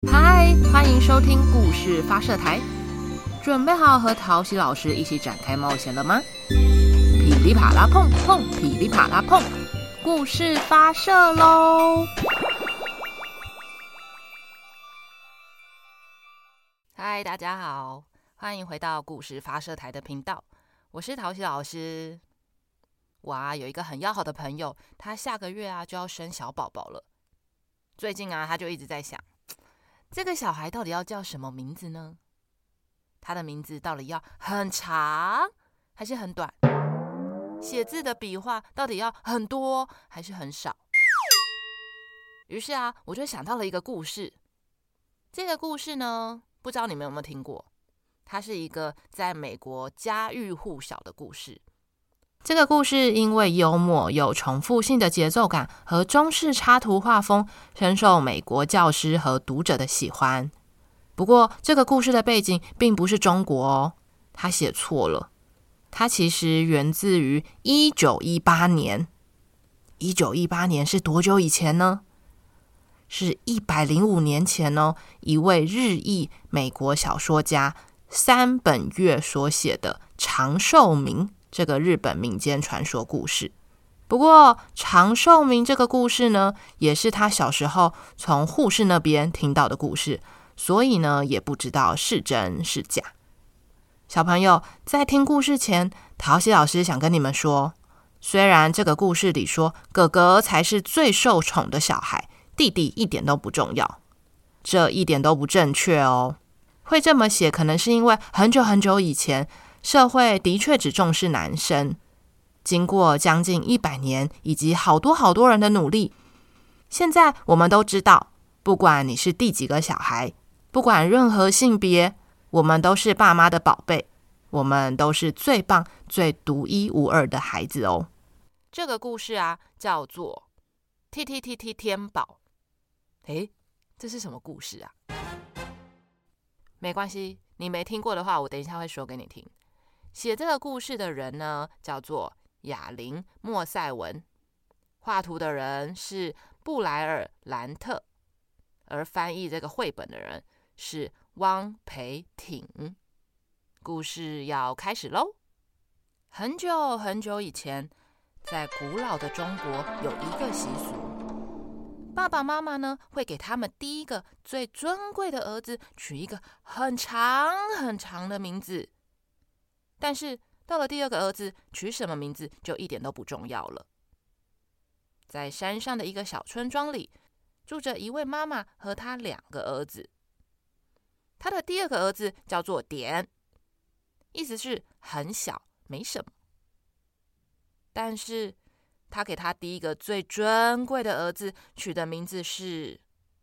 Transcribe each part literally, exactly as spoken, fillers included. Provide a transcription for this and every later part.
嗨，欢迎收听故事发射台，准备好和陶喜老师一起展开冒险了吗？噼里啪啦碰碰，噼里啪啦碰，故事发射喽！嗨，大家好，欢迎回到故事发射台的频道，我是陶喜老师。哇，有一个很要好的朋友，他下个月啊就要生小宝宝了。最近啊，他就一直在想，这个小孩到底要叫什么名字呢？他的名字到底要很长还是很短？写字的笔画到底要很多还是很少？于是啊，我就想到了一个故事。这个故事呢，不知道你们有没有听过？它是一个在美国家喻户晓的故事。这个故事因为幽默、有重复性的节奏感和中式插图画风，深受美国教师和读者的喜欢。不过，这个故事的背景并不是中国哦，他写错了。它其实源自于一九一八年。一九一八年是多久以前呢？是一百零五年前哦，一位日裔美国小说家三本月所写的《长寿明》这个日本民间传说故事。不过长寿明这个故事呢，也是他小时候从护士那边听到的故事，所以呢，也不知道是真是假。小朋友，在听故事前，陶喜老师想跟你们说，虽然这个故事里说哥哥才是最受宠的小孩，弟弟一点都不重要，这一点都不正确哦。会这么写，可能是因为很久很久以前，社会的确只重视男生。经过将近一百年以及好多好多人的努力，现在我们都知道，不管你是第几个小孩，不管任何性别，我们都是爸妈的宝贝，我们都是最棒、最独一无二的孩子哦。这个故事啊，叫做 T T T T 天宝。诶，这是什么故事啊？没关系，你没听过的话，我等一下会说给你听。写这个故事的人呢，叫做雅琳·莫塞文，画图的人是布莱尔·兰特，而翻译这个绘本的人是汪培挺。故事要开始喽！很久很久以前，在古老的中国有一个习俗，爸爸妈妈呢会给他们第一个最尊贵的儿子取一个很长很长的名字，但是到了第二个儿子，取什么名字就一点都不重要了。在山上的一个小村庄里，住着一位妈妈和她两个儿子。她的第二个儿子叫做点，意思是很小，没什么。但是他给他第一个最尊贵的儿子取的名字是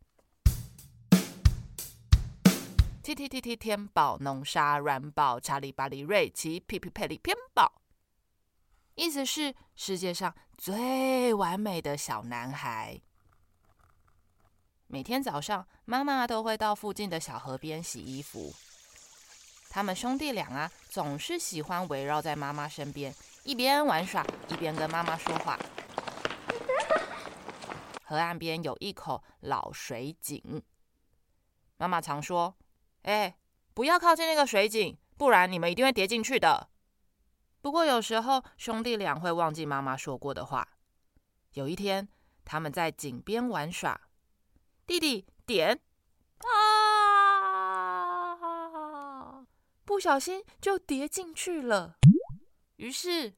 T T T T 天宝农沙软宝查理巴里瑞奇皮皮佩里偏宝，意思是世界上最完美的小男孩。每天早上，妈妈都会到附近的小河边洗衣服。他们兄弟俩啊，总是喜欢围绕在妈妈身边，一边玩耍，一边跟妈妈说话。河岸边有一口老水井，妈妈常说：“哎，不要靠近那个水井，不然你们一定会跌进去的。”不过有时候兄弟俩会忘记妈妈说过的话。有一天，他们在井边玩耍，弟弟点啊，不小心就跌进去了。于是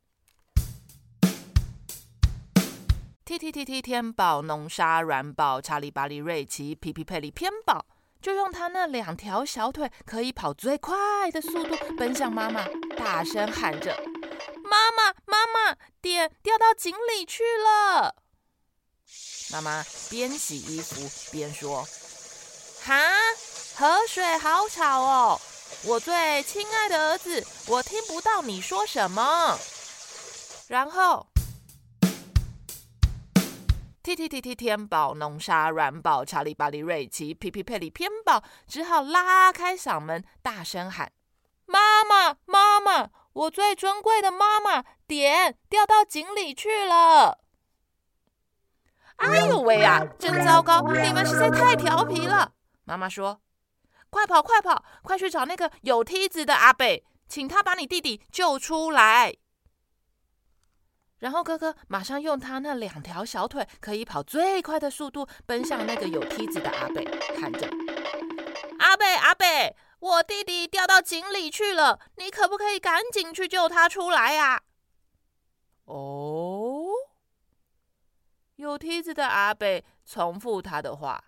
T T T T 天宝农沙软宝查理巴里瑞奇皮皮佩里偏宝就用他那两条小腿可以跑最快的速度奔向妈妈，大声喊着：“妈妈，妈妈，点掉到井里去了！”妈妈边洗衣服边说：“哈，河水好吵哦，我最亲爱的儿子，我听不到你说什么。”然后 T T T T 天宝农沙软宝查理巴里瑞奇皮皮佩里偏宝只好拉开嗓门大声喊：“妈妈，妈妈，我最尊贵的妈妈点掉到井里去了！”哎呦喂啊，真糟糕！你们实在太调皮了。 妈妈说：“快跑快跑，快去找那个有梯子的阿伯，请他把你弟弟救出来。”然后哥哥马上用他那两条小腿可以跑最快的速度奔向那个有梯子的阿伯，喊着：“阿伯阿伯，我弟弟掉到井里去了，你可不可以赶紧去救他出来啊？”哦，有梯子的阿伯重复他的话：“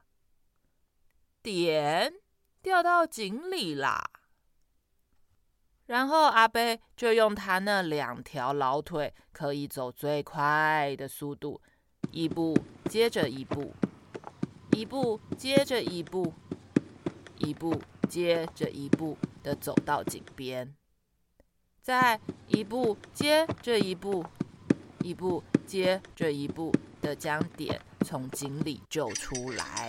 点掉到井里啦。”然后阿伯就用他那两条老腿可以走最快的速度，一步接着一步，一步接着一步，一步接着一步的走到井边，再一步接着一步，一步接着一步的将点从井里救出来。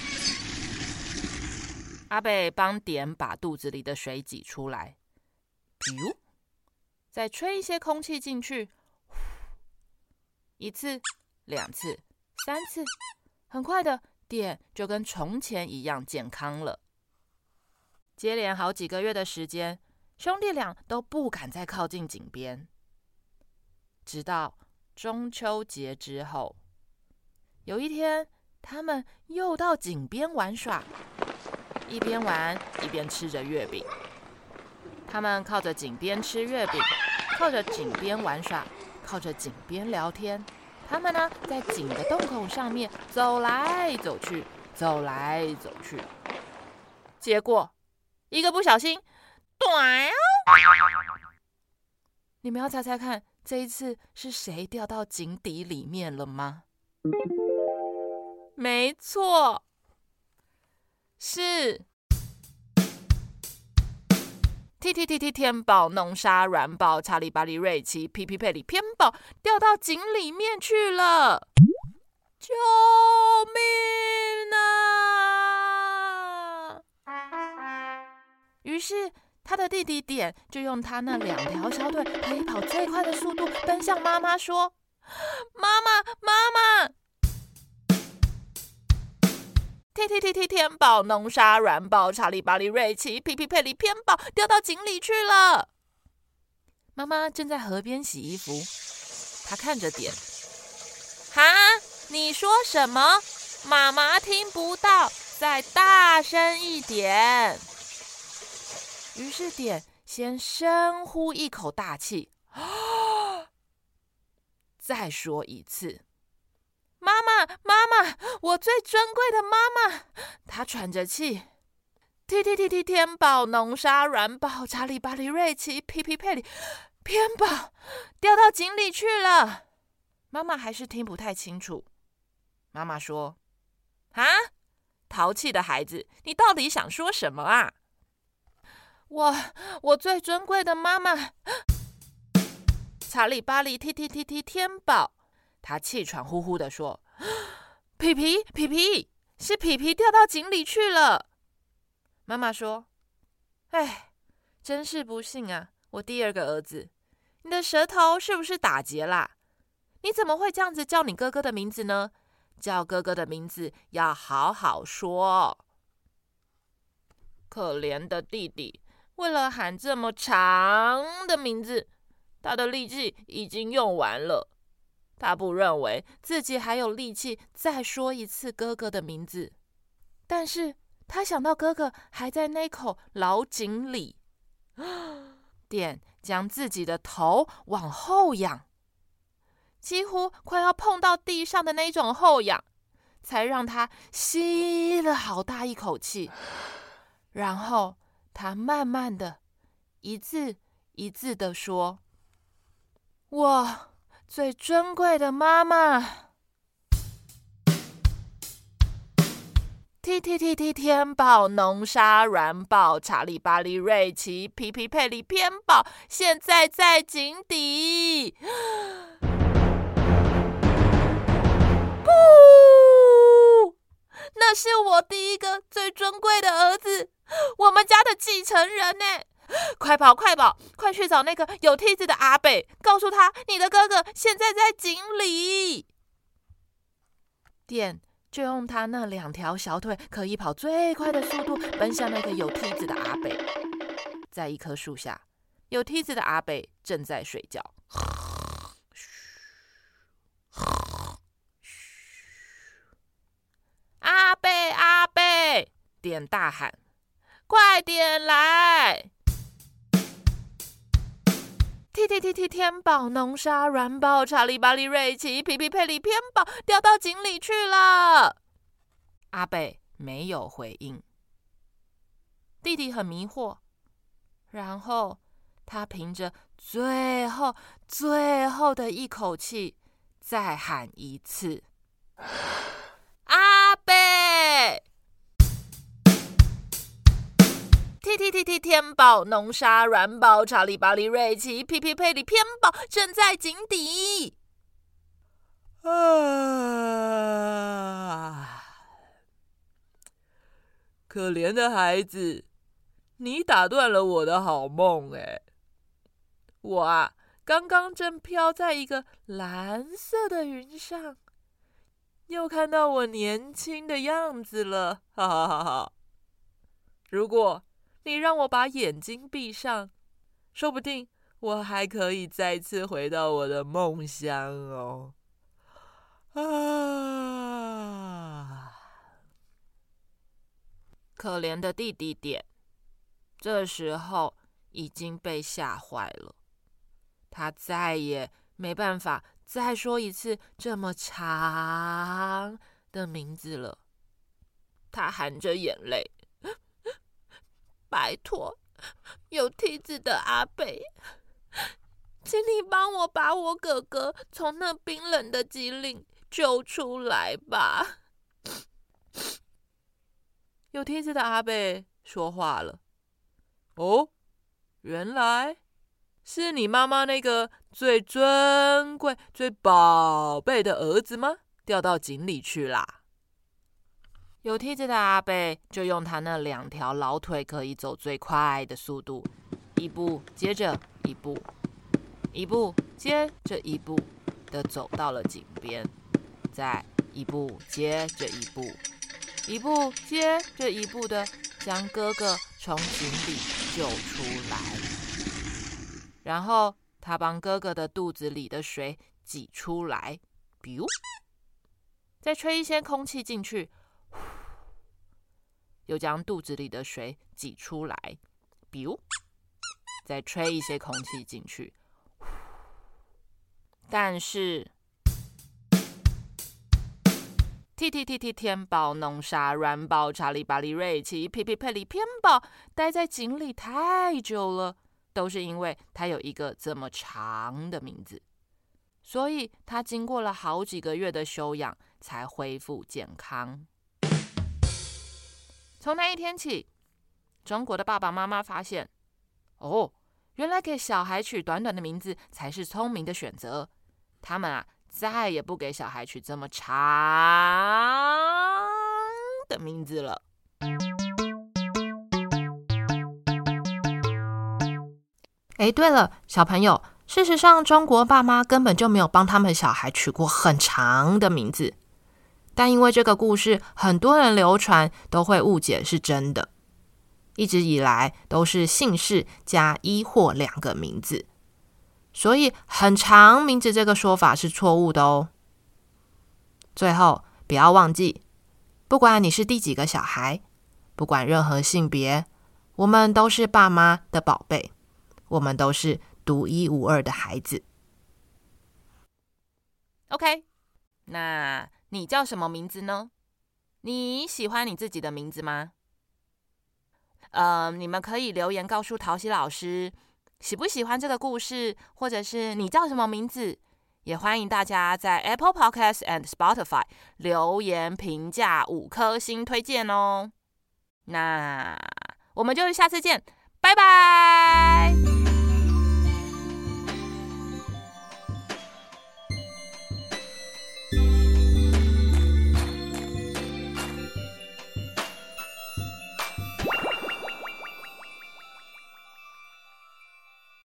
阿伯帮点把肚子里的水挤出来，噗，再吹一些空气进去，一次、两次、三次，很快的，点就跟从前一样健康了。接连好几个月的时间，兄弟俩都不敢再靠近井边，直到中秋节之后，有一天，他们又到井边玩耍，一边玩一边吃着月饼。他们靠着井边吃月饼，靠着井边玩耍，靠着井边聊天。他们呢，在井的洞口上面走来走去，走来走去。结果，一个不小心，短！你们要猜猜看，这一次是谁掉到井底里面了吗？没错，是T T T T 天宝、弄沙软宝、查理巴里瑞奇、皮皮佩里偏宝掉到井里面去了！救命啊！于是他的弟弟点就用他那两条小腿可以跑最快的速度奔向妈妈说：“妈妈，妈妈！”T T T T 天宝、弄沙软宝、查理巴里瑞奇、皮皮佩里偏宝掉到井里去了。妈妈正在河边洗衣服，她看着点，哈，你说什么？妈妈听不到，再大声一点。于是点先深呼一口大气，再说一次。妈妈，妈妈，我最尊贵的妈妈！她喘着气。T T T T 天宝、弄沙软宝、查理巴里瑞奇、皮皮佩里偏宝掉到井里去了。妈妈还是听不太清楚。妈妈说：“啊，淘气的孩子，你到底想说什么啊？”我我最尊贵的妈妈，查理巴里 T T T T 天宝。他气喘呼呼地说：“皮皮，皮皮，是皮皮掉到井里去了。”妈妈说：“哎，真是不幸啊，我第二个儿子，你的舌头是不是打结啦？你怎么会这样子叫你哥哥的名字呢？叫哥哥的名字要好好说。”可怜的弟弟，为了喊这么长的名字，他的力气已经用完了。他不认为自己还有力气再说一次哥哥的名字，但是他想到哥哥还在那口老井里，点将自己的头往后仰，几乎快要碰到地上的那种后仰，才让他吸了好大一口气，然后他慢慢的一字一字的说：“我最尊贵的妈妈 ，T T T T 天宝、弄沙软宝、查理巴里瑞奇、皮皮佩里偏宝，现在在井底。”不，那是我第一个最尊贵的儿子，我们家的继承人呢！快跑快跑，快去找那个有梯子的阿北，告诉他你的哥哥现在在井里。点就用他那两条小腿可以跑最快的速度奔向那个有梯子的阿伯。在一棵树下，有梯子的阿伯正在睡觉。阿伯阿伯，点大喊，快点来！T T T T 天宝农沙软宝查理巴利瑞奇皮皮佩里偏宝掉到井里去了。阿贝没有回应，弟弟很迷惑，然后他凭着最后最后的一口气再喊一次：阿贝！T T T T 天宝农沙软宝查理巴利瑞奇皮皮佩里偏宝正在井底。啊！可怜的孩子，你打断了我的好梦哎！我啊，刚刚正飘在一个蓝色的云上，又看到我年轻的样子了，哈哈哈哈！如果你让我把眼睛闭上，说不定我还可以再次回到我的梦乡哦。啊！可怜的弟弟点，这时候已经被吓坏了，他再也没办法再说一次这么长的名字了。他含着眼泪，拜托，有梯子的阿贝，请你帮我把我哥哥从那冰冷的井里救出来吧。有梯子的阿贝说话了：哦，原来是你妈妈那个最尊贵、最宝贝的儿子吗？掉到井里去啦。有梯子的阿贝就用他那两条老腿可以走最快的速度，一步接着一步，一步接着一步的走到了井边，再一步接着一步，一步接着一步的将哥哥从井里救出来。然后他帮哥哥的肚子里的水挤出来，比如再吹一些空气进去，又将肚子里的水挤出来，比如再吹一些空气进去。但是 T T T T 天宝农沙软宝查理巴利瑞奇皮皮佩里偏宝待在井里太久了，都是因为他有一个这么长的名字，所以他经过了好几个月的休养才恢复健康。从那一天起，中国的爸爸妈妈发现，哦，原来给小孩取短短的名字才是聪明的选择。他们啊，再也不给小孩取这么长的名字了。哎，对了，小朋友，事实上，中国爸妈根本就没有帮他们小孩取过很长的名字。但因为这个故事很多人流传，都会误解是真的。一直以来都是姓氏加一或两个名字，所以很长名字这个说法是错误的哦。最后不要忘记，不管你是第几个小孩，不管任何性别，我们都是爸妈的宝贝，我们都是独一无二的孩子。OK， 那你叫什么名字呢？你喜欢你自己的名字吗？呃，你们可以留言告诉陶喜老师，喜不喜欢这个故事，或者是你叫什么名字？也欢迎大家在 Apple Podcast and Spotify 留言评价五颗星推荐哦。那我们就下次见，拜拜。